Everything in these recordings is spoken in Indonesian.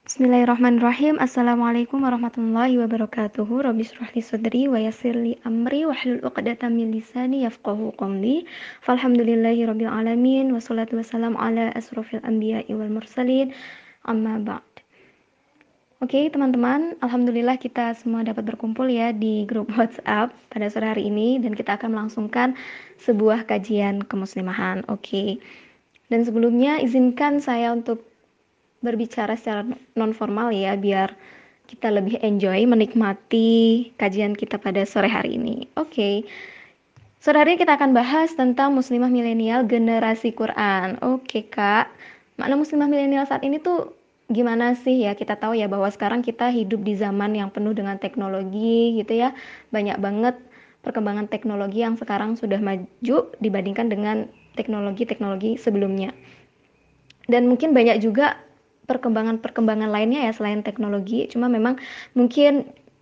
Bismillahirrahmanirrahim. Assalamualaikum warahmatullahi wabarakatuh. Rabbi shrah li sadri wa yassir li amri wahlul 'uqdatam min lisani yafqahu qawli. Falhamdulillahi rabbil alamin wassalatu wassalamu ala asrofil anbiya'i wal mursalin. Amma ba'd. Oke, teman-teman, alhamdulillah kita semua dapat berkumpul ya di grup WhatsApp pada sore hari ini dan kita akan melangsungkan sebuah kajian kemuslimahan. Oke. Dan sebelumnya izinkan saya untuk berbicara secara non formal ya biar kita lebih enjoy menikmati kajian kita pada sore hari ini. Oke. Sore hari ini kita akan bahas tentang muslimah milenial generasi Quran. Oke, Kak. Makna muslimah milenial saat ini tuh gimana sih ya? Kita tahu ya bahwa sekarang kita hidup di zaman yang penuh dengan teknologi gitu ya. Banyak banget perkembangan teknologi yang sekarang sudah maju dibandingkan dengan teknologi-teknologi sebelumnya. Dan mungkin banyak juga perkembangan lainnya ya selain teknologi, cuma memang mungkin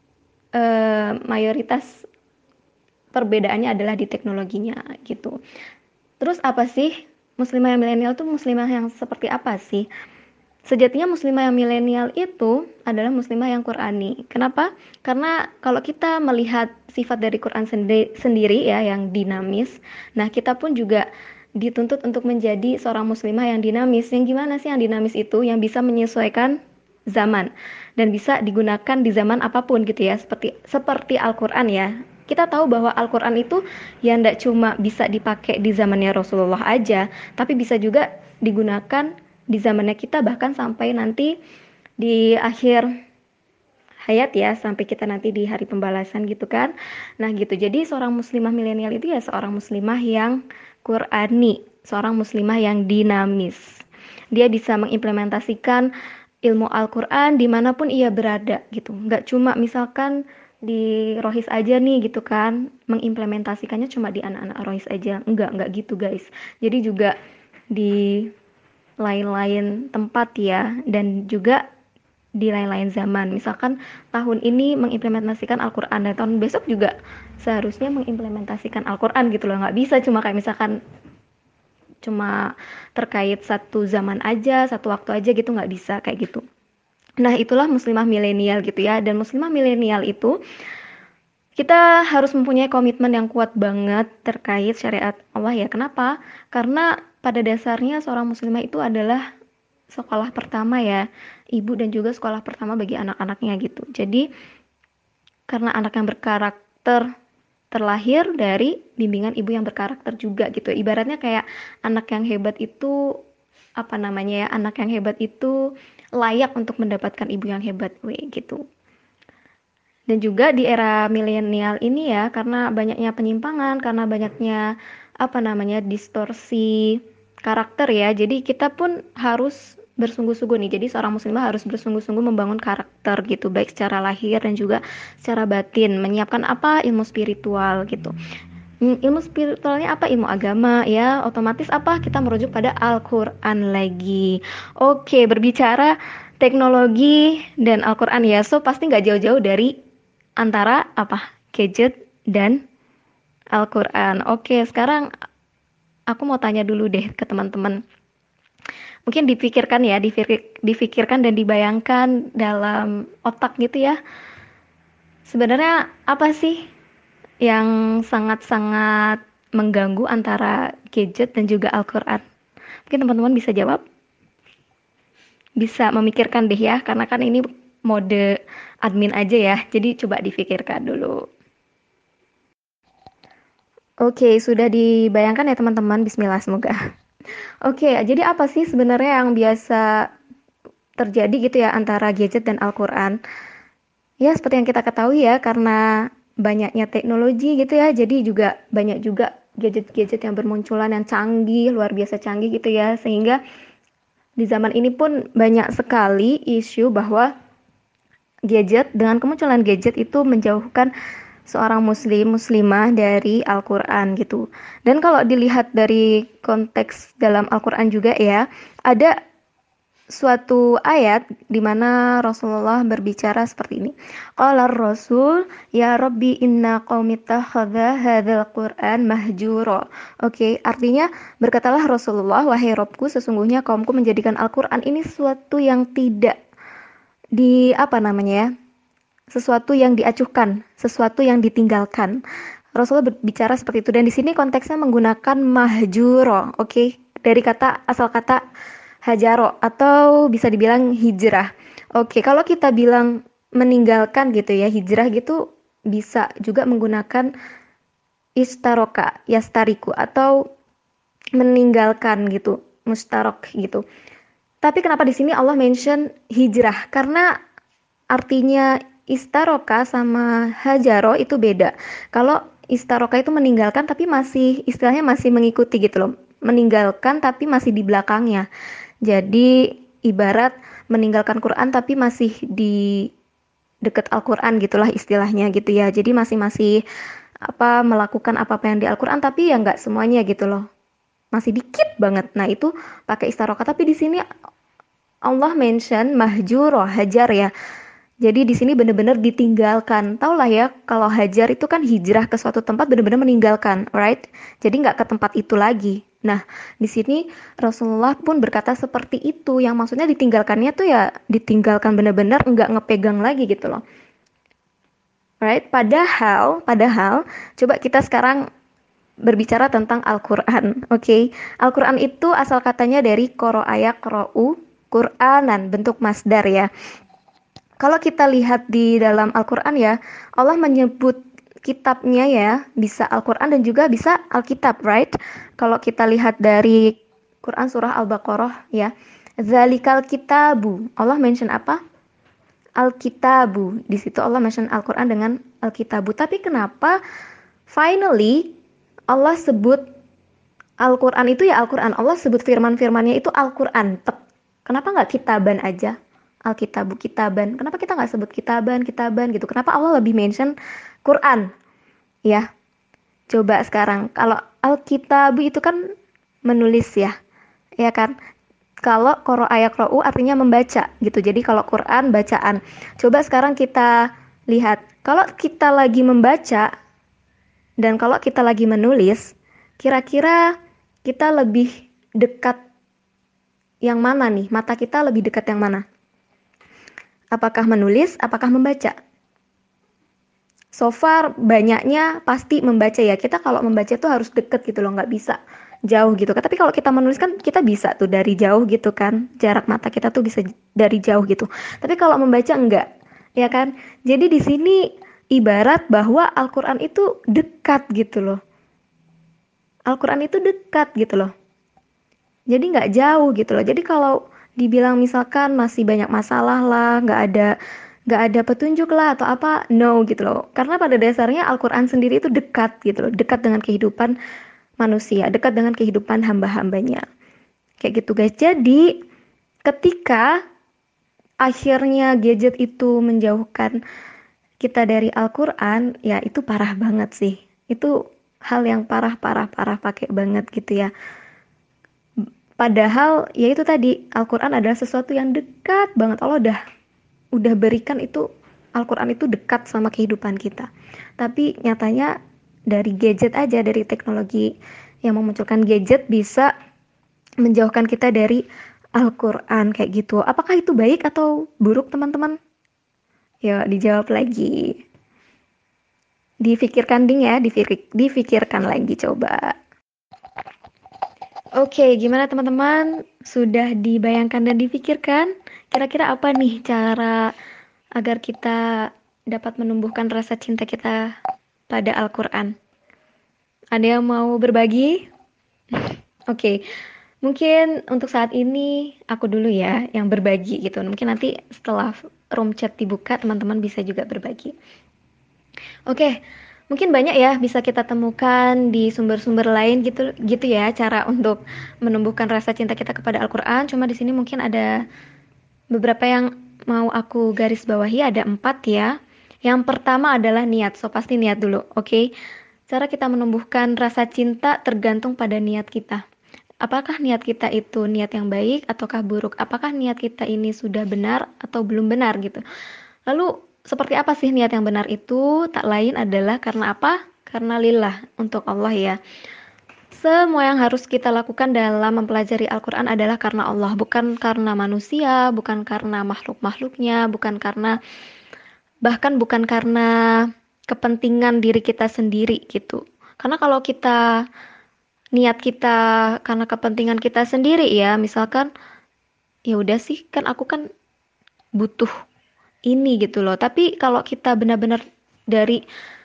mayoritas perbedaannya adalah di teknologinya gitu. Terus apa sih muslimah yang milenial tuh muslimah yang seperti apa sih? Sejatinya muslimah yang milenial itu adalah muslimah yang Qurani. Kenapa? Karena kalau kita melihat sifat dari Quran sendiri ya yang dinamis, nah kita pun juga dituntut untuk menjadi seorang muslimah yang dinamis. Yang gimana sih yang dinamis itu? Yang bisa menyesuaikan zaman dan bisa digunakan di zaman apapun gitu ya. Seperti Al-Qur'an ya. Kita tahu bahwa Al-Qur'an itu ya tidak cuma bisa dipakai di zamannya Rasulullah aja, tapi bisa juga digunakan di zamannya kita bahkan sampai nanti di akhir hayat ya, sampai kita nanti di hari pembalasan gitu kan. Nah gitu, jadi seorang muslimah milenial itu ya seorang muslimah yang Qur'ani, seorang muslimah yang dinamis. Dia bisa mengimplementasikan ilmu Al-Quran dimanapun ia berada gitu. Nggak cuma misalkan di Rohis aja nih gitu kan, mengimplementasikannya cuma di anak-anak Rohis aja. Enggak gitu guys. Jadi juga di lain-lain tempat ya, dan juga di lain-lain zaman. Misalkan tahun ini mengimplementasikan Al-Quran dan tahun besok juga seharusnya mengimplementasikan Al-Quran gitu loh. Nggak bisa cuma kayak misalkan cuma terkait satu zaman aja, satu waktu aja gitu, nggak bisa kayak gitu. Nah itulah muslimah milenial gitu ya. Dan muslimah milenial itu kita harus mempunyai komitmen yang kuat banget terkait syariat Allah ya. Kenapa? Karena pada dasarnya seorang muslimah itu adalah sekolah pertama ya, ibu dan juga sekolah pertama bagi anak-anaknya gitu. Jadi karena anak yang berkarakter terlahir dari bimbingan ibu yang berkarakter juga gitu. Ibaratnya kayak anak yang hebat itu apa namanya ya? Anak yang hebat itu layak untuk mendapatkan ibu yang hebat gitu. Dan juga di era milenial ini ya, karena banyaknya penyimpangan, karena banyaknya apa namanya distorsi karakter ya. Jadi kita pun harus bersungguh-sungguh nih. Jadi seorang muslimah harus bersungguh-sungguh membangun karakter gitu, baik secara lahir dan juga secara batin, menyiapkan apa ilmu spiritual gitu. Ilmu spiritualnya apa? Ilmu agama ya. Otomatis apa? Kita merujuk pada Al-Qur'an lagi. Oke, berbicara teknologi dan Al-Qur'an ya. So pasti nggak jauh-jauh dari antara apa? Gadget dan Al-Qur'an. Oke, sekarang aku mau tanya dulu deh ke teman-teman. Mungkin dipikirkan ya, difikirkan dan dibayangkan dalam otak gitu ya. Sebenarnya apa sih yang sangat-sangat mengganggu antara gadget dan juga Al-Qur'an? Mungkin teman-teman bisa jawab, bisa memikirkan deh ya, karena kan ini mode admin aja ya, jadi coba difikirkan dulu. Oke, sudah dibayangkan ya teman-teman, bismillah semoga. Oke, jadi apa sih sebenarnya yang biasa terjadi gitu ya antara gadget dan Al-Qur'an? Ya, seperti yang kita ketahui ya, karena banyaknya teknologi gitu ya, jadi juga banyak juga gadget-gadget yang bermunculan yang canggih, luar biasa canggih gitu ya, sehingga di zaman ini pun banyak sekali isu bahwa dengan kemunculan gadget itu menjauhkan seorang muslimah dari Al-Qur'an gitu. Dan kalau dilihat dari konteks dalam Al-Qur'an juga ya, ada suatu ayat di mana Rasulullah berbicara seperti ini. Qala Rasul, ya Rabbi inna qaumi takhadha hadzal Qur'an mahjura. Oke, artinya berkatalah Rasulullah, wahai Robku, sesungguhnya kaumku menjadikan Al-Qur'an ini sesuatu yang tidak apa namanya ya, sesuatu yang diacuhkan, sesuatu yang ditinggalkan. Rasulullah berbicara seperti itu dan di sini konteksnya menggunakan mahjuro, oke? Dari kata asal kata hajaro atau bisa dibilang hijrah. Oke, kalau kita bilang meninggalkan gitu ya, hijrah gitu bisa juga menggunakan istaroka, yastariku atau meninggalkan gitu, mustarok gitu. Tapi kenapa di sini Allah mention hijrah? Karena artinya istaroka sama hajaro itu beda. Kalau istaroka itu meninggalkan tapi masih istilahnya masih mengikuti gitu loh. Meninggalkan tapi masih di belakangnya. Jadi ibarat meninggalkan Quran tapi masih di deket Al-Quran gitulah istilahnya gitu ya. Jadi masih apa melakukan apa-apa yang di Al-Quran tapi ya nggak semuanya gitu loh. Masih dikit banget. Nah itu pakai istaroka. Tapi di sini Allah mention mahjuro hajar ya. Jadi di sini benar-benar ditinggalkan. Tau lah ya, kalau hajar itu kan hijrah ke suatu tempat benar-benar meninggalkan, right? Jadi nggak ke tempat itu lagi. Nah, di sini Rasulullah pun berkata seperti itu. Yang maksudnya ditinggalkannya tuh ya ditinggalkan benar-benar nggak ngepegang lagi gitu loh. Right? Padahal, coba kita sekarang berbicara tentang Al-Quran, oke? Okay? Al-Quran itu asal katanya dari koro ayak ro'u Quranan, bentuk masdar ya. Kalau kita lihat di dalam Al-Quran ya, Allah menyebut kitabnya ya, bisa Al-Quran dan juga bisa Alkitab, right? Kalau kita lihat dari Quran surah Al-Baqarah ya, Zalikal kitabu. Allah mention apa? Alkitabu. Di situ Allah mention Al-Quran dengan Alkitabu. Tapi kenapa finally Allah sebut Al-Quran itu ya Al-Quran. Allah sebut firman-firmannya itu Al-Quran. Kenapa nggak kitaban aja? Alkitabu, kitaban. Kenapa kita nggak sebut kitaban, kitaban gitu? Kenapa Allah lebih mention Quran? Ya, coba sekarang. Kalau Alkitabu itu kan menulis ya, ya kan? Kalau koro ayak ro'u artinya membaca gitu. Jadi kalau Quran bacaan. Coba sekarang kita lihat. Kalau kita lagi membaca dan kalau kita lagi menulis, kira-kira kita lebih dekat yang mana nih? Mata kita lebih dekat yang mana? Apakah menulis, apakah membaca? So far banyaknya pasti membaca ya. Kita kalau membaca tuh harus deket gitu loh, nggak bisa jauh gitu kan. Tapi kalau kita menulis kan kita bisa tuh dari jauh gitu kan. Jarak mata kita tuh bisa dari jauh gitu. Tapi kalau membaca enggak, ya kan? Jadi di sini ibarat bahwa Al-Quran itu dekat gitu loh. Al-Quran itu dekat gitu loh. Jadi nggak jauh gitu loh. Jadi kalau dibilang misalkan masih banyak masalah lah, nggak ada petunjuk lah atau apa, no gitu loh. Karena pada dasarnya Al-Quran sendiri itu dekat gitu loh, dekat dengan kehidupan manusia, dekat dengan kehidupan hamba-hambanya. Kayak gitu guys. Jadi ketika akhirnya gadget itu menjauhkan kita dari Al-Quran, ya itu parah banget sih. Itu hal yang parah pakai banget gitu ya. Padahal ya itu tadi Al-Quran adalah sesuatu yang dekat banget. Allah udah berikan itu Al-Quran itu dekat sama kehidupan kita. Tapi nyatanya dari gadget aja, dari teknologi yang memunculkan gadget bisa menjauhkan kita dari Al-Quran kayak gitu. Apakah itu baik atau buruk teman-teman? Yuk dijawab lagi. Difikirkan ding ya, difikirkan lagi coba. Oke, gimana teman-teman? Sudah dibayangkan dan difikirkan? Kira-kira apa nih cara agar kita dapat menumbuhkan rasa cinta kita pada Al-Quran? Ada yang mau berbagi? Oke, mungkin untuk saat ini aku dulu ya yang berbagi gitu. Mungkin nanti setelah room chat dibuka, teman-teman bisa juga berbagi. Oke, mungkin banyak ya bisa kita temukan di sumber-sumber lain gitu gitu ya cara untuk menumbuhkan rasa cinta kita kepada Al-Quran. Cuma di sini mungkin ada beberapa yang mau aku garis bawahi, ada 4 ya. Yang pertama adalah niat. So pasti niat dulu, oke? Cara kita menumbuhkan rasa cinta tergantung pada niat kita. Apakah niat kita itu niat yang baik ataukah buruk? Apakah niat kita ini sudah benar atau belum benar gitu? Lalu seperti apa sih niat yang benar itu? Tak lain adalah karena apa? Karena lillah, untuk Allah ya. Semua yang harus kita lakukan dalam mempelajari Al-Quran adalah karena Allah, bukan karena manusia, bukan karena makhluk-makhluknya, bahkan bukan karena kepentingan diri kita sendiri gitu. Karena kalau niat kita karena kepentingan kita sendiri ya, misalkan ya udah sih kan aku kan butuh ini gitu loh. Tapi kalau kita benar-benar dari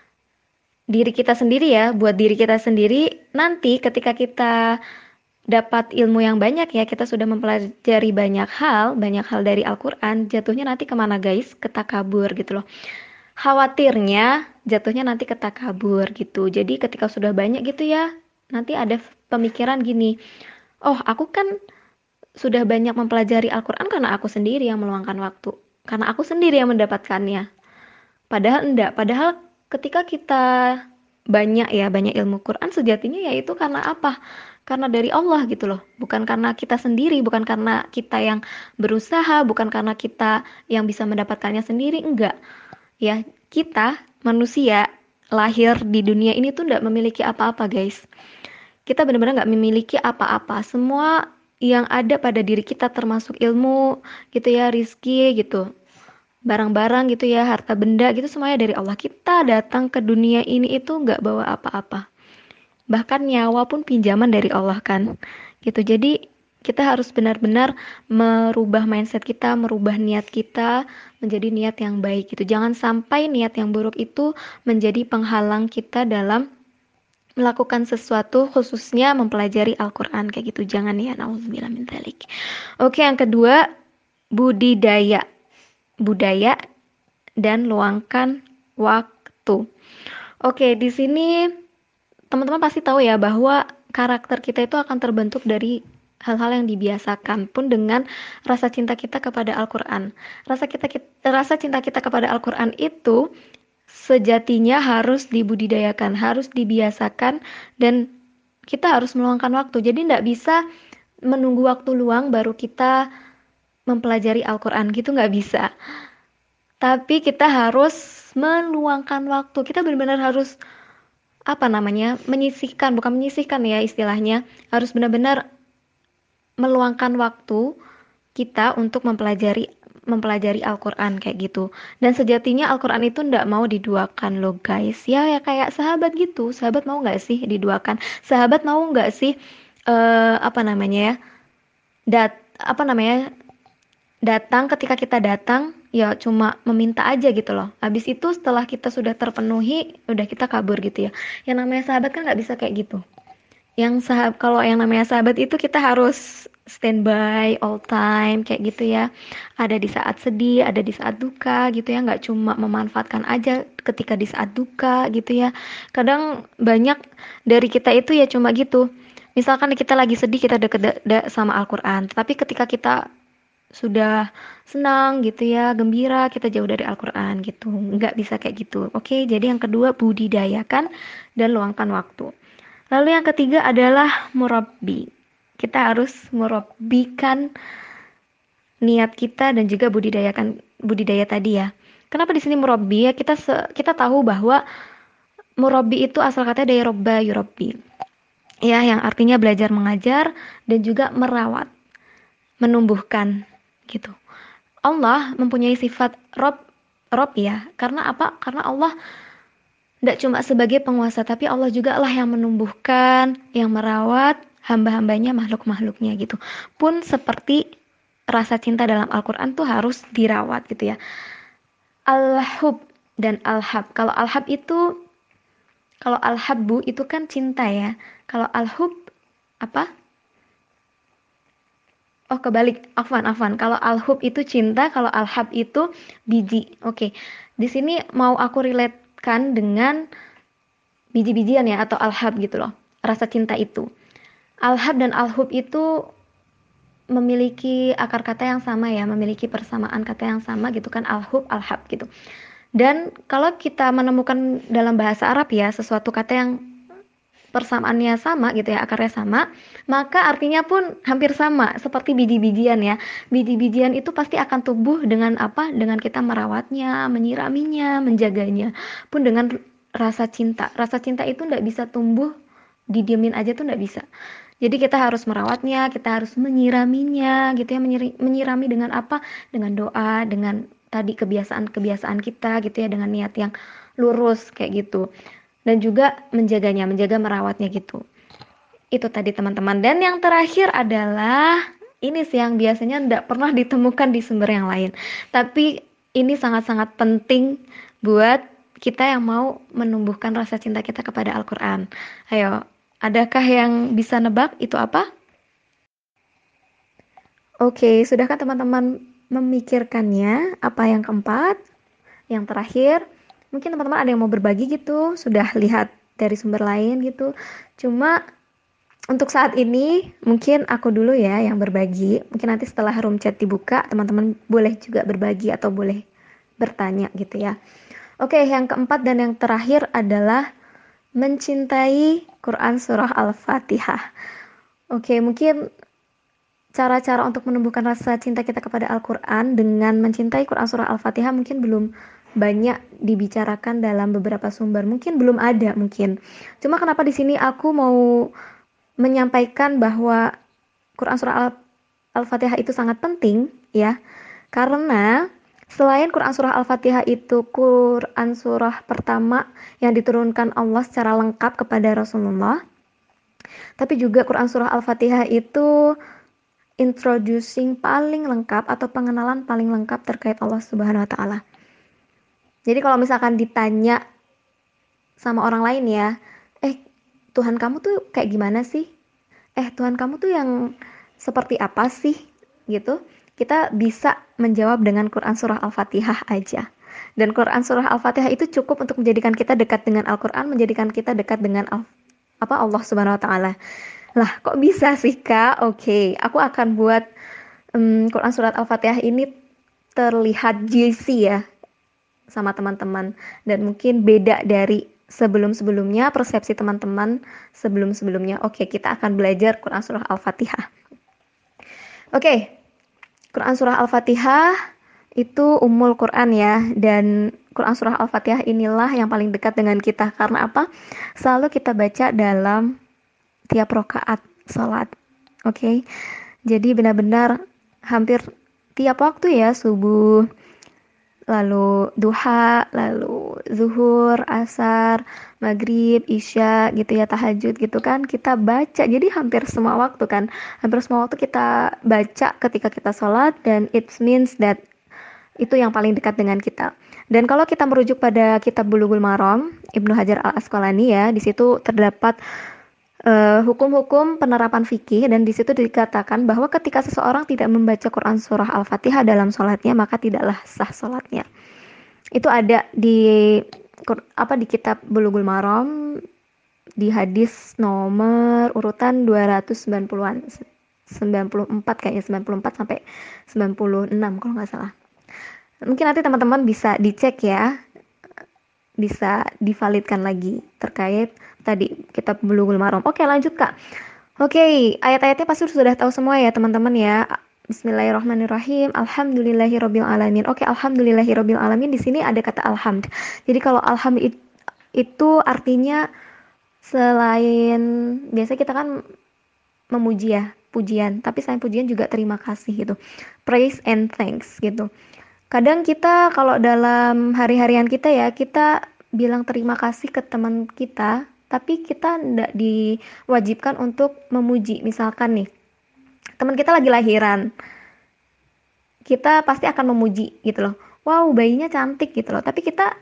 diri kita sendiri ya, buat diri kita sendiri, nanti ketika kita dapat ilmu yang banyak ya, kita sudah mempelajari banyak hal dari Al-Quran, jatuhnya nanti kemana guys? Ke takabur gitu loh. Khawatirnya jatuhnya nanti ke takabur gitu. Jadi ketika sudah banyak gitu ya, nanti ada pemikiran gini, oh aku kan sudah banyak mempelajari Al-Quran karena aku sendiri yang meluangkan waktu. Karena aku sendiri yang mendapatkannya. Padahal enggak, padahal ketika kita banyak ilmu Quran sejatinya yaitu karena apa? Karena dari Allah gitu loh. Bukan karena kita sendiri, bukan karena kita yang berusaha, bukan karena kita yang bisa mendapatkannya sendiri, enggak. Ya, kita manusia lahir di dunia ini tuh enggak memiliki apa-apa, guys. Kita benar-benar nggak memiliki apa-apa. Semua yang ada pada diri kita termasuk ilmu gitu ya, rizki gitu, barang-barang gitu ya, harta benda gitu semuanya dari Allah. Kita datang ke dunia ini itu nggak bawa apa-apa. Bahkan nyawa pun pinjaman dari Allah kan. Gitu. Jadi kita harus benar-benar merubah mindset kita, merubah niat kita menjadi niat yang baik gitu. Jangan sampai niat yang buruk itu menjadi penghalang kita dalam melakukan sesuatu khususnya mempelajari Al-Quran kayak gitu. Jangan ya, nauzubillah min dzalik. Oke, yang kedua, budidaya. Budaya dan luangkan waktu. Oke, di sini teman-teman pasti tahu ya bahwa karakter kita itu akan terbentuk dari hal-hal yang dibiasakan pun dengan rasa cinta kita kepada Al-Quran. Rasa cinta kita kepada Al-Quran itu sejatinya harus dibudidayakan, harus dibiasakan, dan kita harus meluangkan waktu. Jadi tidak bisa menunggu waktu luang baru kita mempelajari Al-Quran gitu, nggak bisa. Tapi kita harus meluangkan waktu. Kita benar-benar harus apa namanya, menyisihkan, bukan menyisihkan ya istilahnya, harus benar-benar meluangkan waktu kita untuk mempelajari Al-Quran kayak gitu. Dan sejatinya Al-Quran itu ndak mau diduakan loh guys. Ya kayak sahabat gitu. Sahabat mau nggak sih diduakan? Sahabat mau nggak sih apa namanya ya? Apa namanya? Datang ketika kita datang ya cuma meminta aja gitu loh. Habis itu setelah kita sudah terpenuhi, udah kita kabur gitu ya. Yang namanya sahabat kan nggak bisa kayak gitu. Kalau yang namanya sahabat itu kita harus standby all time kayak gitu ya. Ada di saat sedih, ada di saat duka gitu ya. Nggak cuma memanfaatkan aja ketika di saat duka gitu ya. Kadang banyak dari kita itu ya cuma gitu. Misalkan kita lagi sedih, kita deket sama Al-Quran. Tapi ketika kita sudah senang gitu ya, gembira, kita jauh dari Al-Quran gitu. Nggak bisa kayak gitu. Oke, jadi yang kedua budidayakan dan luangkan waktu. Lalu yang ketiga adalah murabbi. Kita harus murabbikan niat kita dan juga budidaya tadi ya. Kenapa di sini murabbi ya? Kita tahu bahwa murabbi itu asal katanya dari robba yurabbi. Ya, yang artinya belajar mengajar dan juga merawat, menumbuhkan gitu. Allah mempunyai sifat Rob ya. Karena apa? Karena Allah tidak cuma sebagai penguasa, tapi Allah juga lah yang menumbuhkan, yang merawat hamba-hambanya, makhluk-makhluknya gitu. Pun seperti rasa cinta dalam Al-Quran tuh harus dirawat gitu ya. Al-hub dan al-hab. Kalau al-habbu itu kan cinta ya. Kalau al-hub apa? Oh kebalik, afwan. Kalau al-hub itu cinta, kalau al-hab itu biji. Oke. Di sini mau aku relatekan dengan biji-bijian ya atau al-hab gitu loh. Rasa cinta itu. Al-hab dan al-hub itu memiliki akar kata yang sama ya, memiliki persamaan kata yang sama gitu kan, al-hub, al-hab gitu. Dan kalau kita menemukan dalam bahasa Arab ya sesuatu kata yang persamaannya sama gitu ya, akarnya sama, maka artinya pun hampir sama seperti biji-bijian ya. Biji-bijian itu pasti akan tumbuh dengan apa? Dengan kita merawatnya, menyiraminya, menjaganya. Pun dengan rasa cinta. Rasa cinta itu tidak bisa tumbuh didiemin aja tuh nggak bisa. Jadi kita harus merawatnya, kita harus menyiraminya gitu ya, menyirami dengan apa? Dengan doa, dengan tadi kebiasaan-kebiasaan kita gitu ya, dengan niat yang lurus kayak gitu. Dan juga menjaganya, menjaga merawatnya gitu. Itu tadi teman-teman. Dan yang terakhir adalah ini sih yang biasanya tidak pernah ditemukan di sumber yang lain. Tapi ini sangat-sangat penting buat kita yang mau menumbuhkan rasa cinta kita kepada Al-Quran. Ayo, adakah yang bisa nebak itu apa? Oke, sudahkah teman-teman memikirkannya? Apa yang keempat? Yang terakhir? Mungkin teman-teman ada yang mau berbagi gitu, sudah lihat dari sumber lain gitu. Cuma untuk saat ini mungkin aku dulu ya yang berbagi. Mungkin nanti setelah room chat dibuka, teman-teman boleh juga berbagi atau boleh bertanya gitu ya. Oke, yang keempat dan yang terakhir adalah mencintai Quran Surah Al-Fatihah. Oke, mungkin cara-cara untuk menumbuhkan rasa cinta kita kepada Al-Quran dengan mencintai Quran Surah Al-Fatihah mungkin belum banyak dibicarakan dalam beberapa sumber. Mungkin belum ada mungkin. Cuma kenapa di sini aku mau menyampaikan bahwa Quran Surah Al-Fatihah itu sangat penting ya. Karena selain Quran Surah Al-Fatihah itu Quran Surah pertama yang diturunkan Allah secara lengkap kepada Rasulullah, tapi juga Quran Surah Al-Fatihah itu introducing paling lengkap atau pengenalan paling lengkap terkait Allah Subhanahu wa taala. Jadi kalau misalkan ditanya sama orang lain ya, Tuhan kamu tuh kayak gimana sih? Tuhan kamu tuh yang seperti apa sih? Gitu. Kita bisa menjawab dengan Quran Surah Al-Fatihah aja. Dan Quran Surah Al-Fatihah itu cukup untuk menjadikan kita dekat dengan Al-Quran, menjadikan kita dekat dengan Allah Subhanahu wa taala. Lah, kok bisa sih, Kak? Oke, aku akan buat Quran Surat Al-Fatihah ini terlihat juicy ya sama teman-teman. Dan mungkin beda dari sebelum-sebelumnya, persepsi teman-teman sebelum-sebelumnya. Oke, kita akan belajar Quran Surah Al-Fatihah. Oke, Quran Surah Al-Fatihah itu Ummul Quran ya. Dan Quran Surah Al-Fatihah inilah yang paling dekat dengan kita. Karena apa? Selalu kita baca dalam tiap rakaat sholat. Oke, jadi benar-benar hampir tiap waktu ya, subuh, lalu duha, lalu zuhur, asar, maghrib, isya gitu ya, tahajud gitu kan, kita baca. Jadi hampir semua waktu kan, hampir semua waktu kita baca ketika kita sholat, dan it means that itu yang paling dekat dengan kita. Dan kalau kita merujuk pada kitab Bulughul Maram Ibnu Hajar Al-Asqalani ya, di situ terdapat hukum-hukum penerapan fikih, dan di situ dikatakan bahwa ketika seseorang tidak membaca Quran Surah Al-Fatihah dalam sholatnya, maka tidaklah sah sholatnya. Itu ada di kitab Bulughul Maram di hadis nomor urutan 290-an, 94 kayaknya, 94 sampai 96 kalau nggak salah. Mungkin nanti teman-teman bisa dicek ya, bisa divalidkan lagi terkait tadi kitab Bulughul Maram. Oke, lanjut Kak. Oke, ayat-ayatnya pasti sudah tahu semua ya teman-teman ya. Bismillahirrahmanirrahim. Alhamdulillahirabbil alamin. Oke, alhamdulillahirabbil alamin, di sini ada kata alhamd. Jadi kalau alhamd itu artinya selain biasa kita kan memuji ya, pujian, tapi selain pujian juga terima kasih gitu. Praise and thanks gitu. Kadang kita kalau dalam hari-harian kita ya, kita bilang terima kasih ke teman kita, tapi kita tidak diwajibkan untuk memuji. Misalkan nih, teman kita lagi lahiran, kita pasti akan memuji gitu loh. Wow, bayinya cantik gitu loh. Tapi kita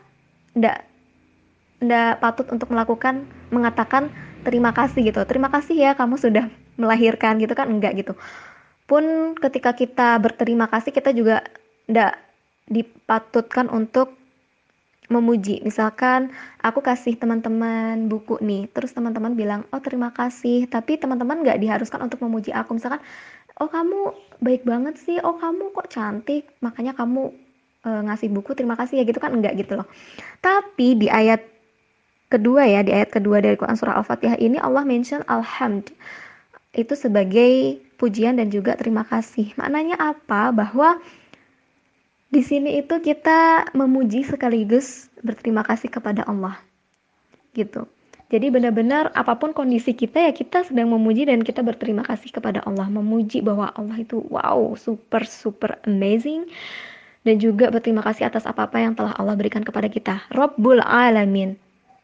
tidak patut untuk mengatakan terima kasih gitu. Terima kasih ya kamu sudah melahirkan gitu kan, enggak gitu. Pun ketika kita berterima kasih, kita juga tidak dipatutkan untuk memuji. Misalkan aku kasih teman-teman buku nih, terus teman-teman bilang, oh terima kasih, tapi teman-teman nggak diharuskan untuk memuji aku. Misalkan, oh kamu baik banget sih, oh kamu kok cantik, makanya kamu ngasih buku, terima kasih ya gitu kan, enggak gitu loh. Tapi di ayat kedua ya, di ayat kedua dari Quran Surah Al-Fatihah ini, Allah mention alhamd itu sebagai pujian dan juga terima kasih. Maknanya apa? Bahwa di sini itu kita memuji sekaligus berterima kasih kepada Allah gitu. Jadi benar-benar apapun kondisi kita ya kita sedang memuji dan kita berterima kasih kepada Allah. Memuji bahwa Allah itu wow, super super amazing. Dan juga berterima kasih atas apa-apa yang telah Allah berikan kepada kita. Rabbul Alamin.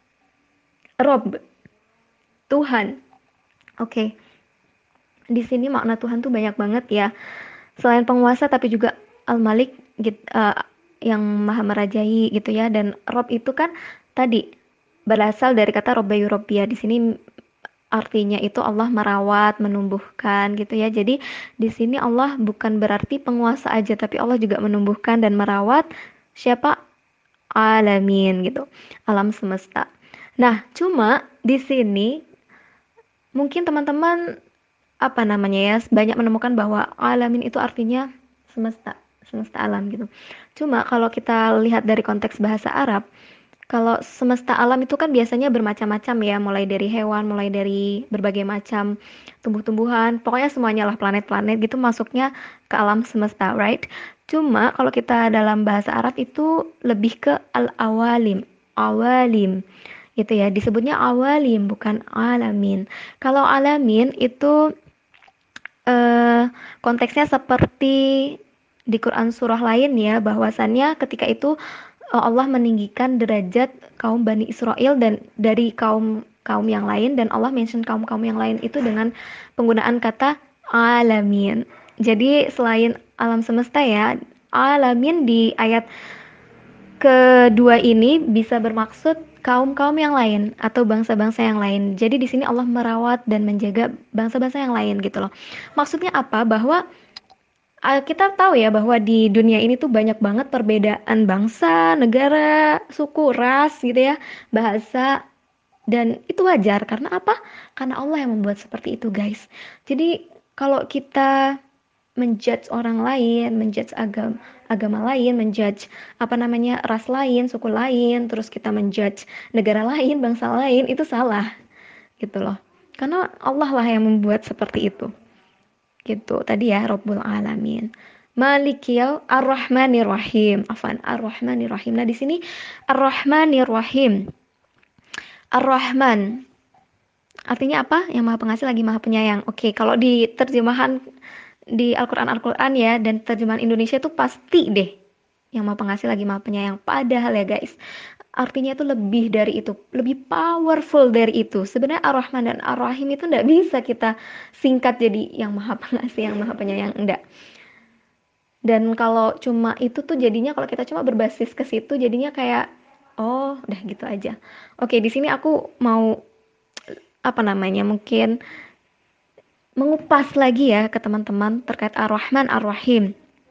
Rob, Tuhan. Oke. Di sini makna Tuhan tuh banyak banget ya. Selain penguasa tapi juga Al-Malik gitu, yang maha merajai gitu ya. Dan Rob itu kan tadi berasal dari kata Robbayu Robbia. Di sini artinya itu Allah merawat, menumbuhkan gitu ya. Jadi di sini Allah bukan berarti penguasa aja, tapi Allah juga menumbuhkan dan merawat siapa? Alamin gitu. Alam semesta. Nah, cuma di sini mungkin teman-teman apa namanya ya, banyak menemukan bahwa alamin itu artinya semesta, semesta alam gitu. Cuma kalau kita lihat dari konteks bahasa Arab, kalau semesta alam itu kan biasanya bermacam-macam ya, mulai dari hewan, mulai dari berbagai macam tumbuh-tumbuhan, pokoknya semuanya lah planet-planet gitu masuknya ke alam semesta, right? Cuma kalau kita dalam bahasa Arab itu lebih ke al-awalim, awalim gitu ya, disebutnya awalim bukan alamin. Kalau alamin itu eh, konteksnya seperti di Quran surah lain ya, bahwasannya ketika itu Allah meninggikan derajat kaum Bani Israel dan dari kaum yang lain, dan Allah mention kaum-kaum yang lain itu dengan penggunaan kata alamin. Jadi selain alam semesta ya, alamin di ayat kedua ini bisa bermaksud kaum-kaum yang lain atau bangsa-bangsa yang lain. Jadi di sini Allah merawat dan menjaga bangsa-bangsa yang lain gitu loh. Maksudnya apa? Bahwa kita tahu ya bahwa di dunia ini tuh banyak banget perbedaan bangsa, negara, suku, ras gitu ya, bahasa, dan itu wajar karena apa? Karena Allah yang membuat seperti itu, guys. Jadi kalau kita menjudge orang lain, menjudge agama lain, menjudge apa namanya ras lain, suku lain, terus kita menjudge negara lain, bangsa lain, itu salah gitu loh. Karena Allah lah yang membuat seperti itu. Gitu. Tadi ya Rabbul Alamin. Malikiyau Ar-Rahmanir Rahim. Afan Ar-Rahmanir Rahim. Nah, di sini Ar-Rahmanir Rahim. Ar-Rahman artinya apa? Yang Maha Pengasih lagi Maha Penyayang. Oke, kalau di terjemahan di Al-Qur'an ya dan terjemahan Indonesia itu pasti deh yang Maha Pengasih lagi Maha Penyayang. Padahal ya guys, artinya itu lebih dari itu, lebih powerful dari itu. Sebenarnya Ar-Rahman dan Ar-Rahim itu enggak bisa kita singkat jadi yang Maha Pengasih, yang Maha Penyayang, enggak. Dan kalau cuma itu tuh jadinya kalau kita cuma berbasis ke situ jadinya kayak oh, udah gitu aja. Oke, di sini aku mau apa namanya? Mungkin mengupas lagi ya ke teman-teman terkait Ar-Rahman Ar-Rahim.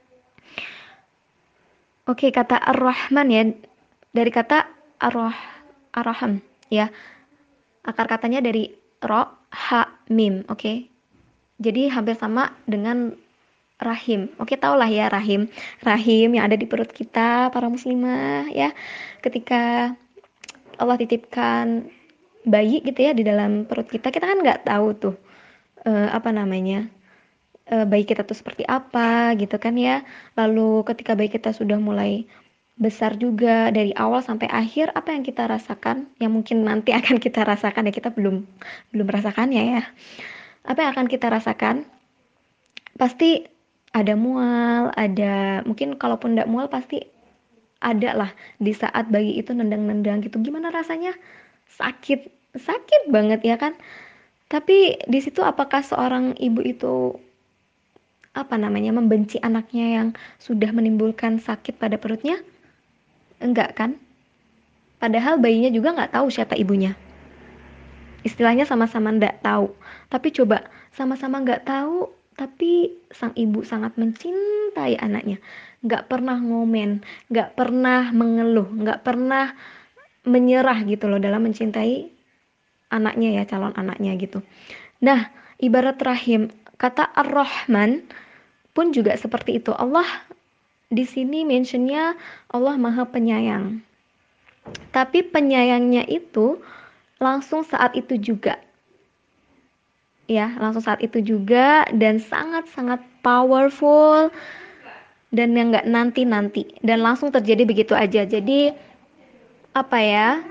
Oke, kata Ar-Rahman ya dari kata Ar-Raham ya. Akar katanya dari ro, ha, mim, oke. Jadi hampir sama dengan rahim. Oke, tau lah ya rahim. Rahim yang ada di perut kita para muslimah ya. Ketika Allah titipkan bayi gitu ya di dalam perut kita, kita kan nggak tahu tuh apa namanya bayi kita tuh seperti apa gitu kan ya. Lalu ketika bayi kita sudah mulai besar juga dari awal sampai akhir, apa yang kita rasakan yang mungkin nanti akan kita rasakan ya, kita belum merasakannya ya. Apa yang akan kita rasakan? Pasti ada mual, ada mungkin kalaupun enggak mual pasti ada lah di saat bayi itu nendang-nendang gitu. Gimana rasanya? Sakit, sakit banget ya kan? Tapi di situ apakah seorang ibu itu apa namanya membenci anaknya yang sudah menimbulkan sakit pada perutnya? Enggak kan? Padahal bayinya juga nggak tahu siapa ibunya. Istilahnya sama-sama nggak tahu. Tapi coba sama-sama nggak tahu, tapi sang ibu sangat mencintai anaknya. Nggak pernah ngomen, nggak pernah mengeluh, nggak pernah menyerah gitu loh dalam mencintai anaknya ya, calon anaknya gitu. Nah, ibarat rahim, kata Ar-Rahman pun juga seperti itu. Allah di sini mentionnya Allah Maha Penyayang. Tapi penyayangnya itu langsung saat itu juga. Ya, langsung saat itu juga dan sangat-sangat powerful dan yang nggak nanti-nanti dan langsung terjadi begitu aja. Jadi apa ya?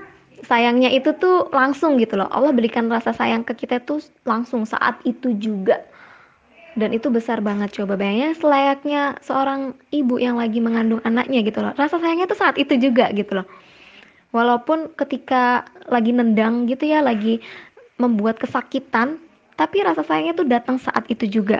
sayangnya itu tuh langsung gitu loh. Allah berikan rasa sayang ke kita tuh langsung saat itu juga. Dan itu besar banget, coba bayangin selayaknya seorang ibu yang lagi mengandung anaknya gitu loh. Rasa sayangnya tuh saat itu juga gitu loh. Walaupun ketika lagi nendang gitu ya, lagi membuat kesakitan, tapi rasa sayangnya tuh datang saat itu juga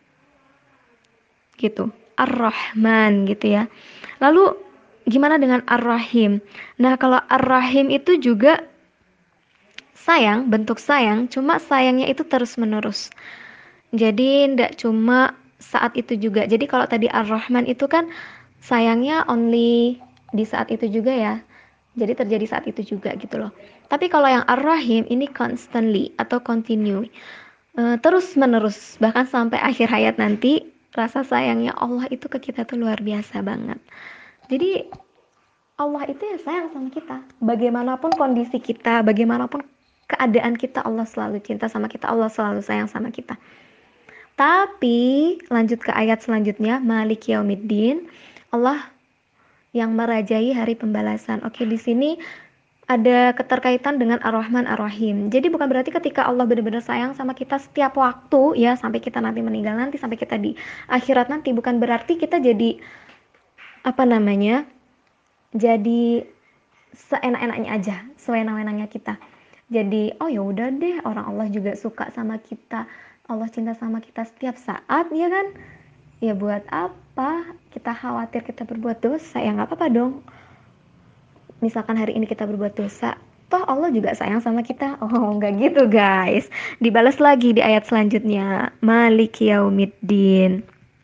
gitu. Ar-Rahman gitu ya. Lalu gimana dengan Ar-Rahim? Nah, kalau Ar-Rahim itu juga sayang, bentuk sayang, cuma sayangnya itu terus-menerus. Jadi ndak cuma saat itu juga. Jadi kalau tadi Ar-Rahman itu kan sayangnya only di saat itu juga ya. Jadi terjadi saat itu juga gitu loh. Tapi kalau yang Ar-Rahim ini constantly atau continue. Terus menerus bahkan sampai akhir hayat nanti rasa sayangnya Allah itu ke kita tuh luar biasa banget. Jadi Allah itu ya sayang sama kita. Bagaimanapun kondisi kita, bagaimanapun keadaan kita, Allah selalu cinta sama kita, Allah selalu sayang sama kita. Tapi lanjut ke ayat selanjutnya, Malik Yaumiddin, Allah yang merajai hari pembalasan. Oke, di sini ada keterkaitan dengan Ar-Rahman Ar-Rahim. Jadi bukan berarti ketika Allah benar-benar sayang sama kita setiap waktu ya, sampai kita nanti meninggal nanti, sampai kita di akhirat nanti, bukan berarti kita jadi apa namanya? Jadi seenak-enaknya aja, sewenang-wenangnya kita. Jadi, oh ya udah deh, orang Allah juga suka sama kita. Allah cinta sama kita setiap saat, ya kan? Ya buat apa kita khawatir kita berbuat dosa? Ya nggak apa-apa dong. Misalkan hari ini kita berbuat dosa, toh Allah juga sayang sama kita. Oh, nggak gitu guys. Dibalas lagi di ayat selanjutnya. Malik Yaumiddin.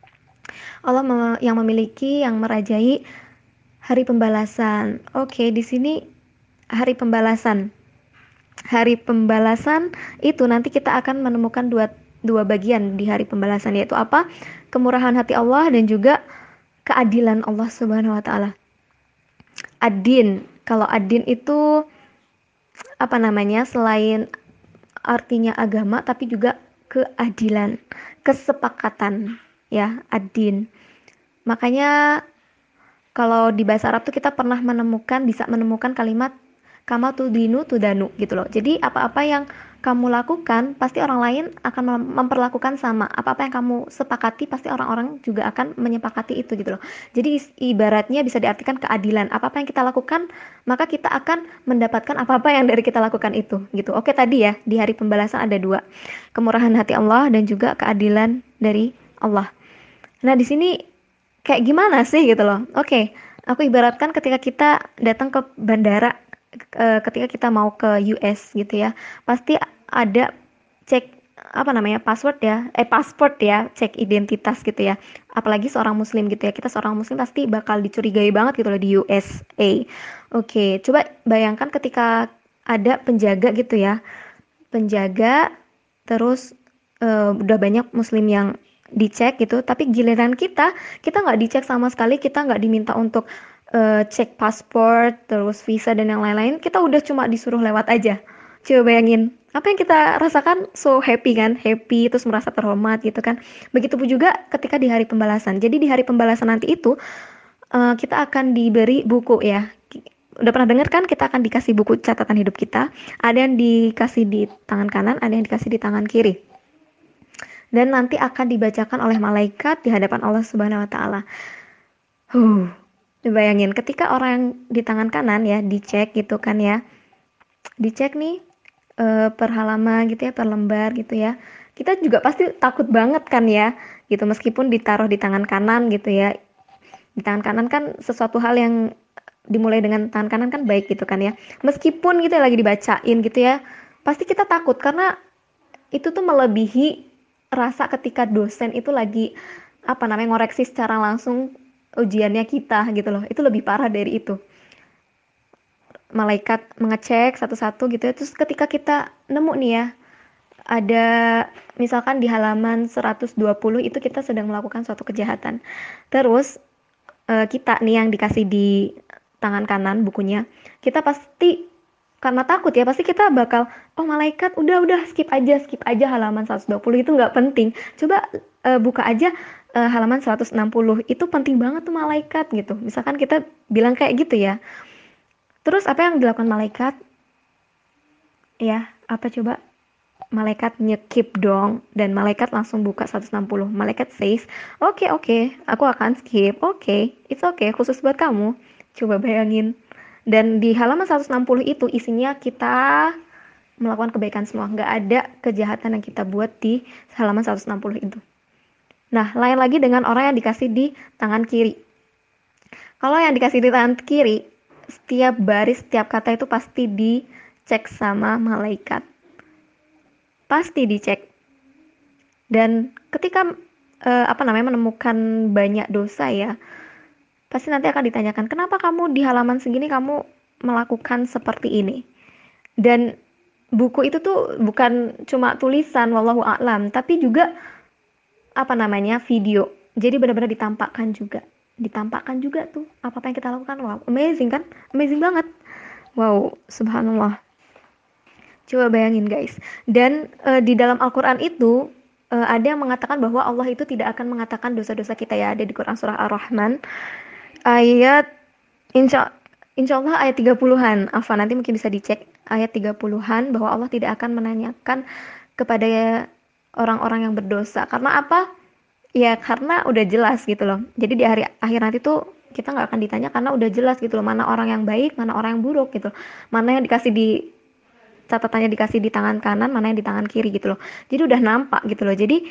Allah yang memiliki, yang merajai hari pembalasan. Oke, di sini hari pembalasan. Hari pembalasan itu nanti kita akan menemukan dua bagian di hari pembalasan, yaitu apa? Kemurahan hati Allah dan juga keadilan Allah Subhanahu wa taala. Adin. Kalau adin itu apa namanya? Selain artinya agama tapi juga keadilan, kesepakatan ya, adin. Makanya kalau di bahasa Arab tuh kita pernah bisa menemukan kalimat kama tudinu tudanu gitu loh. Jadi apa-apa yang kamu lakukan pasti orang lain akan memperlakukan sama. Apa-apa yang kamu sepakati pasti orang-orang juga akan menyepakati itu gitu loh. Jadi ibaratnya bisa diartikan keadilan. Apa-apa yang kita lakukan maka kita akan mendapatkan apa-apa yang dari kita lakukan itu gitu. Oke, tadi ya di hari pembalasan ada dua. Kemurahan hati Allah dan juga keadilan dari Allah. Nah, di sini kayak gimana sih gitu loh. Oke, aku ibaratkan ketika kita datang ke bandara, ketika kita mau ke US gitu ya, pasti ada cek apa namanya password ya, pasport ya, cek identitas gitu ya. Apalagi seorang muslim gitu ya, kita seorang muslim pasti bakal dicurigai banget gitu loh di USA. Oke, coba bayangkan ketika ada penjaga gitu ya, penjaga terus udah banyak muslim yang dicek gitu, tapi giliran kita nggak dicek sama sekali, kita nggak diminta untuk cek paspor, terus visa dan yang lain-lain, kita udah cuma disuruh lewat aja. Coba bayangin, apa yang kita rasakan? So happy kan, happy, terus merasa terhormat gitu kan. Begitu pun juga ketika di hari pembalasan. Jadi di hari pembalasan nanti itu kita akan diberi buku ya. Udah pernah dengar kan, kita akan dikasih buku catatan hidup kita. Ada yang dikasih di tangan kanan, ada yang dikasih di tangan kiri. Dan nanti akan dibacakan oleh malaikat di hadapan Allah Subhanahu wa taala. Bayangin ketika orang yang di tangan kanan ya dicek gitu kan ya. Dicek nih per halaman gitu ya, per lembar gitu ya. Kita juga pasti takut banget kan ya, gitu meskipun ditaruh di tangan kanan gitu ya. Di tangan kanan kan sesuatu hal yang dimulai dengan tangan kanan kan baik gitu kan ya. Meskipun gitu ya lagi dibacain gitu ya, pasti kita takut karena itu tuh melebihi rasa ketika dosen itu lagi apa namanya ngoreksi secara langsung ujiannya kita gitu loh. Itu lebih parah dari itu. Malaikat mengecek satu-satu gitu ya. Terus ketika kita nemu nih ya, ada misalkan di halaman 120 itu kita sedang melakukan suatu kejahatan. Terus kita nih yang dikasih di tangan kanan bukunya, kita pasti karena takut ya, pasti kita bakal, oh malaikat udah skip aja halaman 120 itu nggak penting. Coba buka aja halaman 160, itu penting banget tuh malaikat gitu. Misalkan kita bilang kayak gitu ya. Terus apa yang dilakukan malaikat? ya, apa coba? Malaikat nyekip dong, dan malaikat langsung buka 160. Malaikat says, oke, oke, aku akan skip. Oke, it's okay, khusus buat kamu. Coba bayangin. Dan di halaman 160 itu isinya kita melakukan kebaikan semua. Nggak ada kejahatan yang kita buat di halaman 160 itu. Nah, lain lagi dengan orang yang dikasih di tangan kiri. Kalau yang dikasih di tangan kiri, setiap baris, setiap kata itu pasti dicek sama malaikat. Pasti dicek. Dan ketika menemukan banyak dosa ya, pasti nanti akan ditanyakan, kenapa kamu di halaman segini kamu melakukan seperti ini? Dan buku itu tuh bukan cuma tulisan wallahu a'lam, tapi juga video. Jadi benar-benar ditampakkan juga tuh apa yang kita lakukan. Wow, amazing kan? Amazing banget. Wow, subhanallah. Coba bayangin guys. Dan di dalam Al-Quran itu ada yang mengatakan bahwa Allah itu tidak akan mengatakan dosa-dosa kita ya. Ada di Quran surah Ar-Rahman ayat insya Allah ayat 30-an. Apa nanti mungkin bisa dicek ayat 30-an bahwa Allah tidak akan menanyakan kepada orang-orang yang berdosa. Karena apa? Ya karena udah jelas gitu loh. Jadi di hari akhir nanti tuh kita nggak akan ditanya karena udah jelas gitu loh, mana orang yang baik, mana orang yang buruk gitu. Mana yang dikasih di catatannya dikasih di tangan kanan, mana yang di tangan kiri gitu loh. Jadi udah nampak gitu loh. Jadi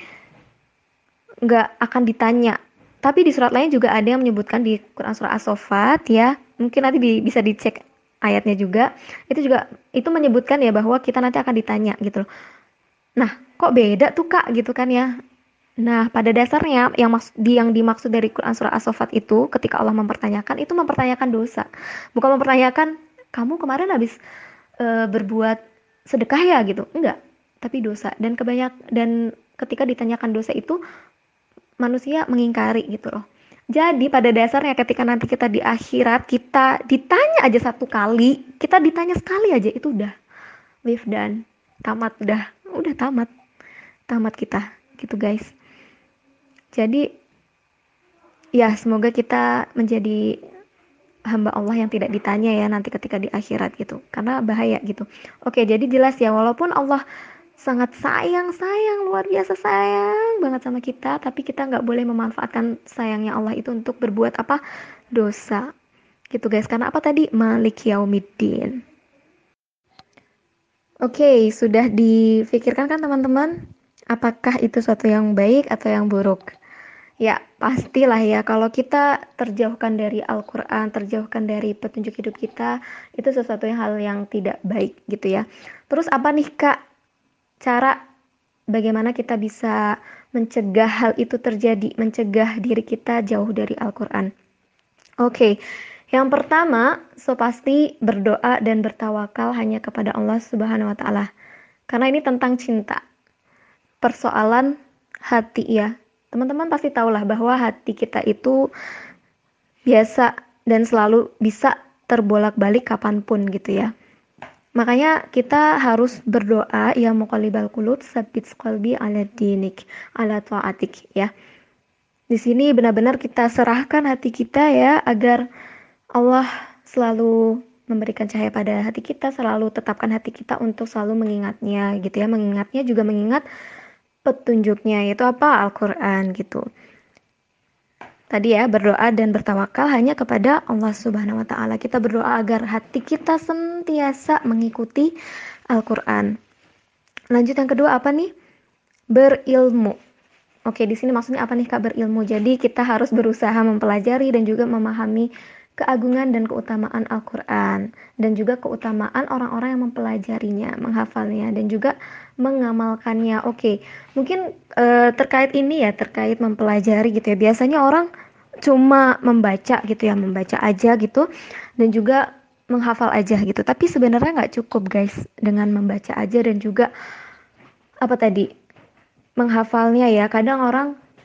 nggak akan ditanya. Tapi di surat lain juga ada yang menyebutkan di Quran surah As-Saffat ya. Mungkin nanti bisa dicek ayatnya juga. Itu menyebutkan ya bahwa kita nanti akan ditanya gitu loh. Nah, kok beda tuh Kak gitu kan ya. Nah, pada dasarnya yang dimaksud dari Quran surah As-Saffat itu ketika Allah mempertanyakan itu mempertanyakan dosa. Bukan mempertanyakan kamu kemarin habis berbuat sedekah ya gitu. Enggak, tapi dosa. Dan ketika ditanyakan dosa itu manusia mengingkari gitu loh. Jadi pada dasarnya ketika nanti kita di akhirat kita ditanya aja satu kali, kita ditanya sekali aja itu udah live done, tamat udah tamat kita gitu guys. Jadi ya semoga kita menjadi hamba Allah yang tidak ditanya ya nanti ketika di akhirat gitu, karena bahaya gitu. Oke, jadi jelas ya walaupun Allah sangat sayang luar biasa sayang banget sama kita, tapi kita nggak boleh memanfaatkan sayangnya Allah itu untuk berbuat apa dosa gitu guys. Karena apa tadi, Malik Yaumiddin. Oke, sudah difikirkan kan teman-teman apakah itu suatu yang baik atau yang buruk? Ya pastilah ya, kalau kita terjauhkan dari Al-Quran, terjauhkan dari petunjuk hidup kita, itu sesuatu hal yang tidak baik gitu ya. Terus apa nih Kak cara bagaimana kita bisa mencegah hal itu terjadi, mencegah diri kita jauh dari Al-Quran? Oke, yang pertama, pasti berdoa dan bertawakal hanya kepada Allah Subhanahu wa Ta'ala, karena ini tentang cinta. Persoalan hati ya, teman-teman pasti tahulah bahwa hati kita itu biasa dan selalu bisa terbolak-balik kapanpun gitu ya. Makanya kita harus berdoa ya muqallibal qulub tsabbit qalbi ala dinik ala taatik ya. Di sini benar-benar kita serahkan hati kita ya agar Allah selalu memberikan cahaya pada hati kita, selalu tetapkan hati kita untuk selalu mengingatnya gitu ya. Mengingatnya juga mengingat petunjuknya yaitu apa? Al-Qur'an gitu. Tadi ya, berdoa dan bertawakal hanya kepada Allah Subhanahu wa Ta'ala. Kita berdoa agar hati kita sentiasa mengikuti Al-Quran. Lanjut yang kedua apa nih? Berilmu. Oke, di sini maksudnya apa nih Kak berilmu? Jadi kita harus berusaha mempelajari dan juga memahami keagungan dan keutamaan Al-Quran. Dan juga keutamaan orang-orang yang mempelajarinya, menghafalnya, dan juga mengamalkannya. Oke, mungkin terkait ini ya, terkait mempelajari gitu ya. Biasanya orang cuma membaca gitu ya, membaca aja gitu, dan juga menghafal aja gitu. Tapi sebenarnya nggak cukup guys dengan membaca aja dan juga apa tadi menghafalnya ya. Kadang orang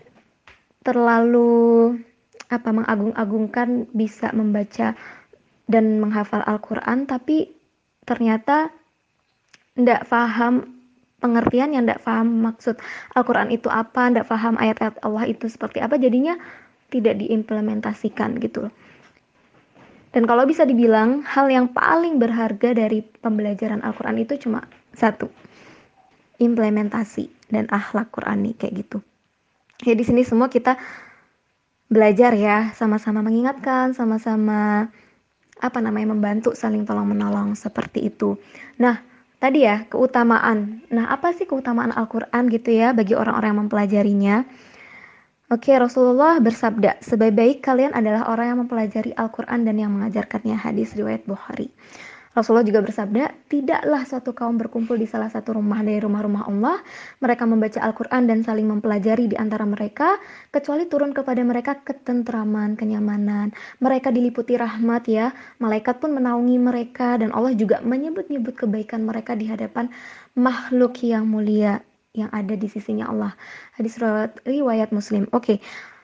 terlalu mengagung-agungkan bisa membaca dan menghafal Al-Quran, tapi ternyata ndak paham pengertian, yang ndak paham maksud Al-Quran itu apa, ndak paham ayat-ayat Allah itu seperti apa, jadinya tidak diimplementasikan gitu. Dan kalau bisa dibilang hal yang paling berharga dari pembelajaran Al-Quran itu cuma Satu, implementasi dan akhlak Qurani kayak gitu. Ya di sini semua kita belajar ya, sama-sama mengingatkan, sama-sama membantu saling tolong menolong seperti itu. Nah, tadi ya keutamaan. Nah, apa sih keutamaan Al-Qur'an gitu ya bagi orang-orang yang mempelajarinya? Oke, Rasulullah bersabda, sebaik-baik kalian adalah orang yang mempelajari Al-Qur'an dan yang mengajarkannya. Hadis riwayat Bukhari. Rasulullah juga bersabda, tidaklah suatu kaum berkumpul di salah satu rumah dari rumah-rumah Allah, mereka membaca Al-Quran dan saling mempelajari di antara mereka, kecuali turun kepada mereka ketentraman, kenyamanan. Mereka diliputi rahmat ya, malaikat pun menaungi mereka, dan Allah juga menyebut-nyebut kebaikan mereka di hadapan makhluk yang mulia yang ada di sisinya Allah. Hadis riwayat Muslim. Oke,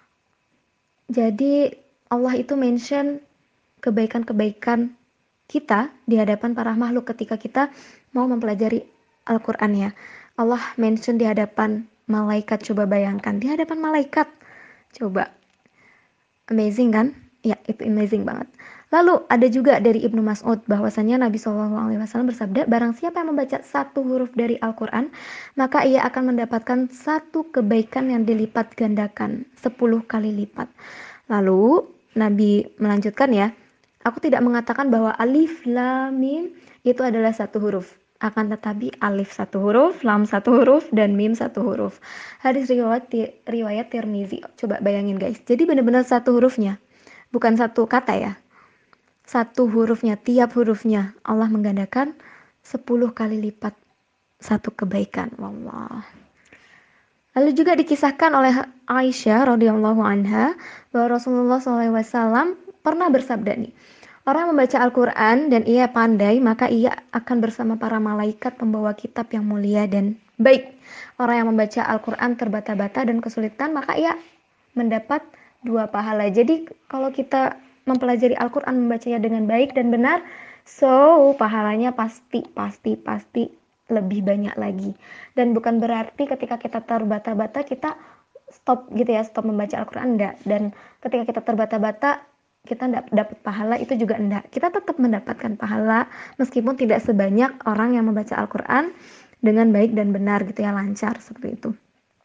jadi Allah itu mention kebaikan-kebaikan kita di hadapan para makhluk ketika kita mau mempelajari Al-Quran ya. Allah mention di hadapan malaikat, coba bayangkan, di hadapan malaikat. Coba, amazing kan? Ya, itu amazing banget. Lalu ada juga dari Ibnu Mas'ud bahwasanya Nabi SAW bersabda, barang siapa yang membaca satu huruf dari Al-Quran, maka ia akan mendapatkan satu kebaikan yang dilipat gandakan 10 kali lipat. Lalu Nabi melanjutkan ya, aku tidak mengatakan bahwa alif lam mim itu adalah satu huruf. Akan tetapi alif satu huruf, lam satu huruf, dan mim satu huruf. Hadis riwayat Tirmizi. Coba bayangin guys. Jadi benar-benar satu hurufnya. Bukan satu kata ya. Satu hurufnya, tiap hurufnya Allah menggandakan 10 kali lipat satu kebaikan. Wallah. Lalu juga dikisahkan oleh Aisyah radhiyallahu anha bahwa Rasulullah SAW pernah bersabda nih, orang yang membaca Al-Quran dan ia pandai, maka ia akan bersama para malaikat pembawa kitab yang mulia dan baik. Orang yang membaca Al-Quran terbata-bata dan kesulitan, maka ia mendapat 2 pahala. Jadi kalau kita mempelajari Al-Quran, membacanya dengan baik dan benar, so pahalanya pasti lebih banyak lagi. Dan bukan berarti ketika kita terbata-bata kita stop gitu ya, stop membaca Al-Quran, enggak. Dan ketika kita terbata-bata kita enggak dapat pahala, itu juga enggak. Kita tetap mendapatkan pahala meskipun tidak sebanyak orang yang membaca Al-Quran dengan baik dan benar gitu ya, lancar seperti itu.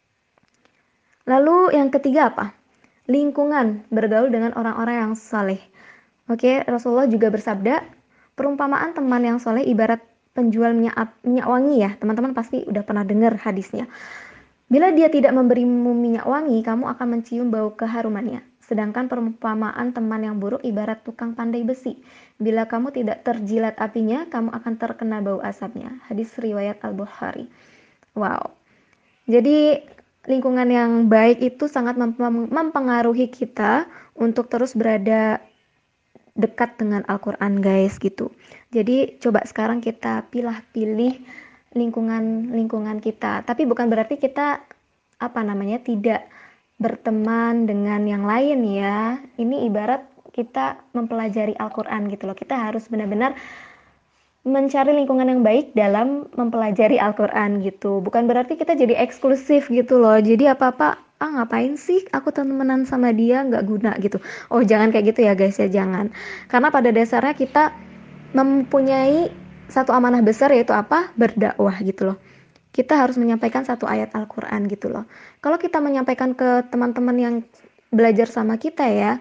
Lalu yang ketiga apa? Lingkungan, bergaul dengan orang-orang yang saleh. Oke, Rasulullah juga bersabda, perumpamaan teman yang soleh ibarat penjual minyak wangi ya. Teman-teman pasti udah pernah dengar hadisnya. Bila dia tidak memberimu minyak wangi, kamu akan mencium bau keharumannya. Sedangkan perumpamaan teman yang buruk ibarat tukang pandai besi. Bila kamu tidak terjilat apinya, kamu akan terkena bau asapnya. Hadis riwayat Al-Bukhari. Wow. Jadi lingkungan yang baik itu sangat mempengaruhi kita untuk terus berada dekat dengan Al-Quran guys gitu. Jadi coba sekarang kita pilih lingkungan kita. Tapi bukan berarti kita tidak berteman dengan yang lain ya. Ini ibarat kita mempelajari Al-Quran gitu loh. Kita harus benar-benar mencari lingkungan yang baik dalam mempelajari Al-Quran gitu. Bukan berarti kita jadi eksklusif gitu loh. Jadi apa-apa, ngapain sih aku temenan sama dia, nggak guna gitu. Oh jangan kayak gitu ya guys ya, jangan. Karena pada dasarnya kita mempunyai satu amanah besar, yaitu apa? Berdakwah gitu loh. Kita harus menyampaikan satu ayat Al-Quran gitu loh. Kalau kita menyampaikan ke teman-teman yang belajar sama kita ya,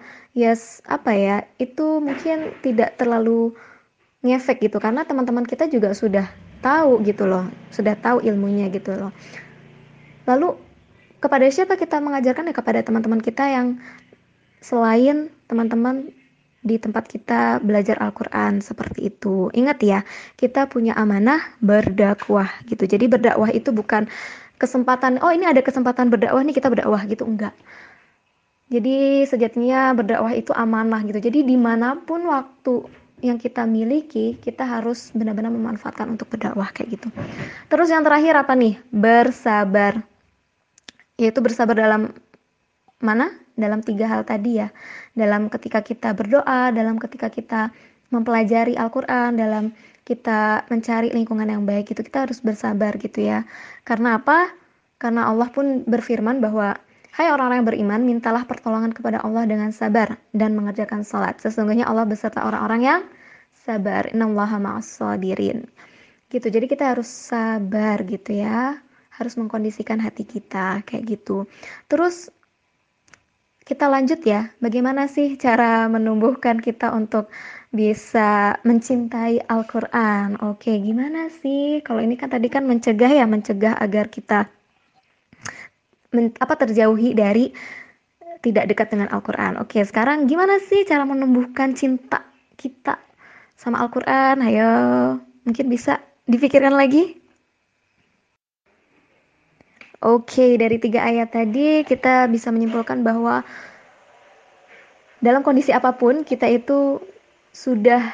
itu mungkin tidak terlalu ngefek gitu, karena teman-teman kita juga sudah tahu gitu loh, sudah tahu ilmunya gitu loh. Lalu kepada siapa kita mengajarkan? Ya kepada teman-teman kita yang selain teman-teman di tempat kita belajar Al-Quran seperti itu. Ingat ya, kita punya amanah berdakwah gitu. Jadi berdakwah itu bukan kesempatan, oh ini ada kesempatan berdakwah nih kita berdakwah gitu, enggak. Jadi sejatinya berdakwah itu amanah gitu. Jadi dimanapun waktu yang kita miliki, kita harus benar-benar memanfaatkan untuk berdakwah kayak gitu. Terus yang terakhir apa nih? Bersabar. Yaitu bersabar dalam mana? Dalam 3 hal tadi ya. Dalam ketika kita berdoa, dalam ketika kita mempelajari Al-Quran, dalam kita mencari lingkungan yang baik itu kita harus bersabar gitu ya. Karena apa? Karena Allah pun berfirman bahwa hai orang-orang yang beriman, mintalah pertolongan kepada Allah dengan sabar dan mengerjakan salat. Sesungguhnya Allah beserta orang-orang yang sabar. Innallaha ma'as sabirin. gitu. Jadi kita harus sabar gitu ya, harus mengkondisikan hati kita kayak gitu. Terus kita lanjut ya, bagaimana sih cara menumbuhkan kita untuk bisa mencintai Al-Quran? Oke, gimana sih? Kalau ini kan tadi kan mencegah ya, mencegah agar kita terjauhi dari tidak dekat dengan Al-Quran. Oke, sekarang gimana sih cara menumbuhkan cinta kita sama Al-Quran? Ayo, mungkin bisa dipikirkan lagi. Oke, dari 3 ayat tadi kita bisa menyimpulkan bahwa dalam kondisi apapun kita itu sudah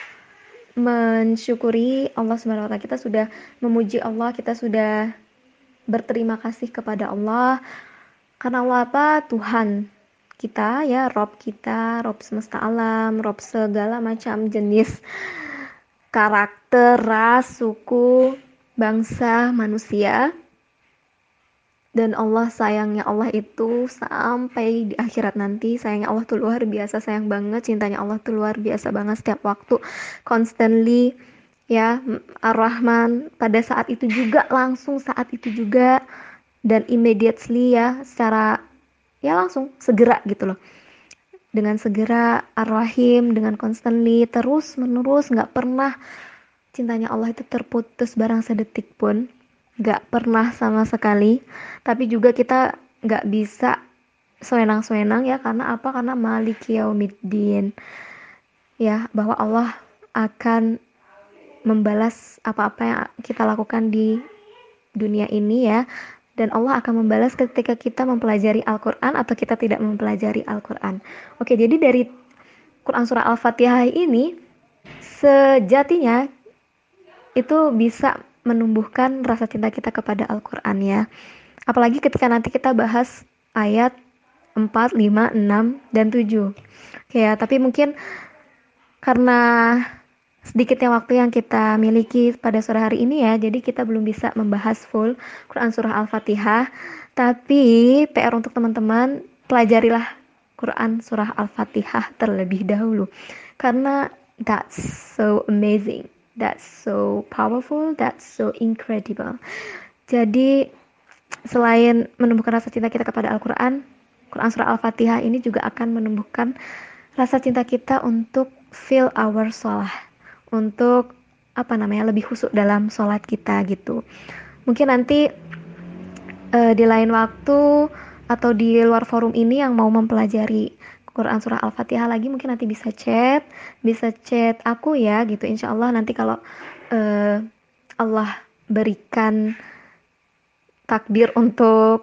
mensyukuri Allah Subhanahu wa taala, kita sudah memuji Allah, kita sudah berterima kasih kepada Allah karena Allah apa? Tuhan kita ya, Rob kita, Rob semesta alam, Rob segala macam jenis karakter, ras, suku, bangsa, manusia. Dan Allah, sayangnya Allah itu sampai di akhirat nanti, sayangnya Allah tuh luar biasa, sayang banget, cintanya Allah tuh luar biasa banget setiap waktu, constantly ya, Ar-Rahman pada saat itu juga, langsung saat itu juga, dan immediately ya, secara ya langsung segera gitu loh, dengan segera. Ar-Rahim dengan constantly, terus menerus, nggak pernah cintanya Allah itu terputus barang sedetik pun, nggak pernah sama sekali. Tapi juga kita nggak bisa sewenang-sewenang ya, karena apa? Karena Maliki Yaumiddin ya, bahwa Allah akan membalas apa-apa yang kita lakukan di dunia ini ya, dan Allah akan membalas ketika kita mempelajari Al-Quran atau kita tidak mempelajari Al-Quran. Oke, jadi dari Quran Surah Al-Fatihah ini sejatinya itu bisa menumbuhkan rasa cinta kita kepada Al-Quran ya. Apalagi ketika nanti kita bahas ayat 4, 5, 6, dan 7. Ya, tapi mungkin karena sedikitnya waktu yang kita miliki pada sore hari ini ya, jadi kita belum bisa membahas full Quran Surah Al-Fatihah. Tapi PR untuk teman-teman, pelajarilah Quran Surah Al-Fatihah terlebih dahulu. Karena that's so amazing, that's so powerful, that's so incredible. Jadi selain menumbuhkan rasa cinta kita kepada Al-Quran, Quran Surah Al-Fatihah ini juga akan menumbuhkan rasa cinta kita untuk feel our sholah, untuk lebih khusyuk dalam sholat kita gitu. Mungkin nanti di lain waktu atau di luar forum ini yang mau mempelajari Quran Surah Al-Fatihah lagi, mungkin nanti bisa chat aku ya gitu. Insya Allah nanti kalau Allah berikan takdir untuk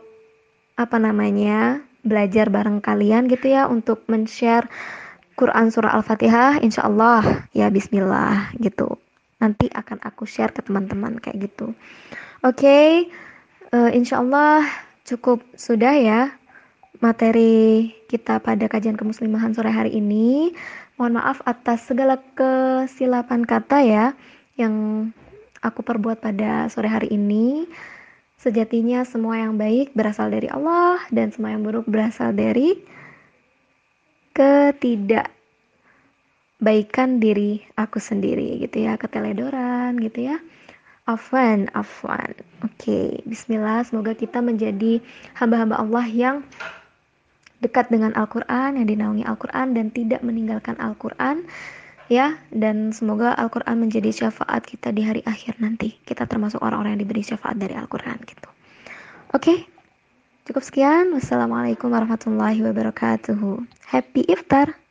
belajar bareng kalian gitu ya, untuk men-share Quran Surah Al-Fatihah, insya Allah ya, bismillah gitu, nanti akan aku share ke teman-teman kayak gitu. Oke, insya Allah cukup sudah ya materi kita pada kajian kemuslimahan sore hari ini. Mohon maaf atas segala kesilapan kata ya yang aku perbuat pada sore hari ini. Sejatinya semua yang baik berasal dari Allah, dan semua yang buruk berasal dari ketidakbaikan diri aku sendiri gitu ya, keteledoran gitu ya. Afwan. Oke, bismillah, semoga kita menjadi hamba-hamba Allah yang dekat dengan Al-Quran, yang dinaungi Al-Quran dan tidak meninggalkan Al-Quran ya. Dan semoga Al-Quran menjadi syafaat kita di hari akhir nanti. Kita termasuk orang-orang yang diberi syafaat dari Al-Quran gitu. Oke, cukup sekian. Wassalamualaikum warahmatullahi wabarakatuh. Happy iftar.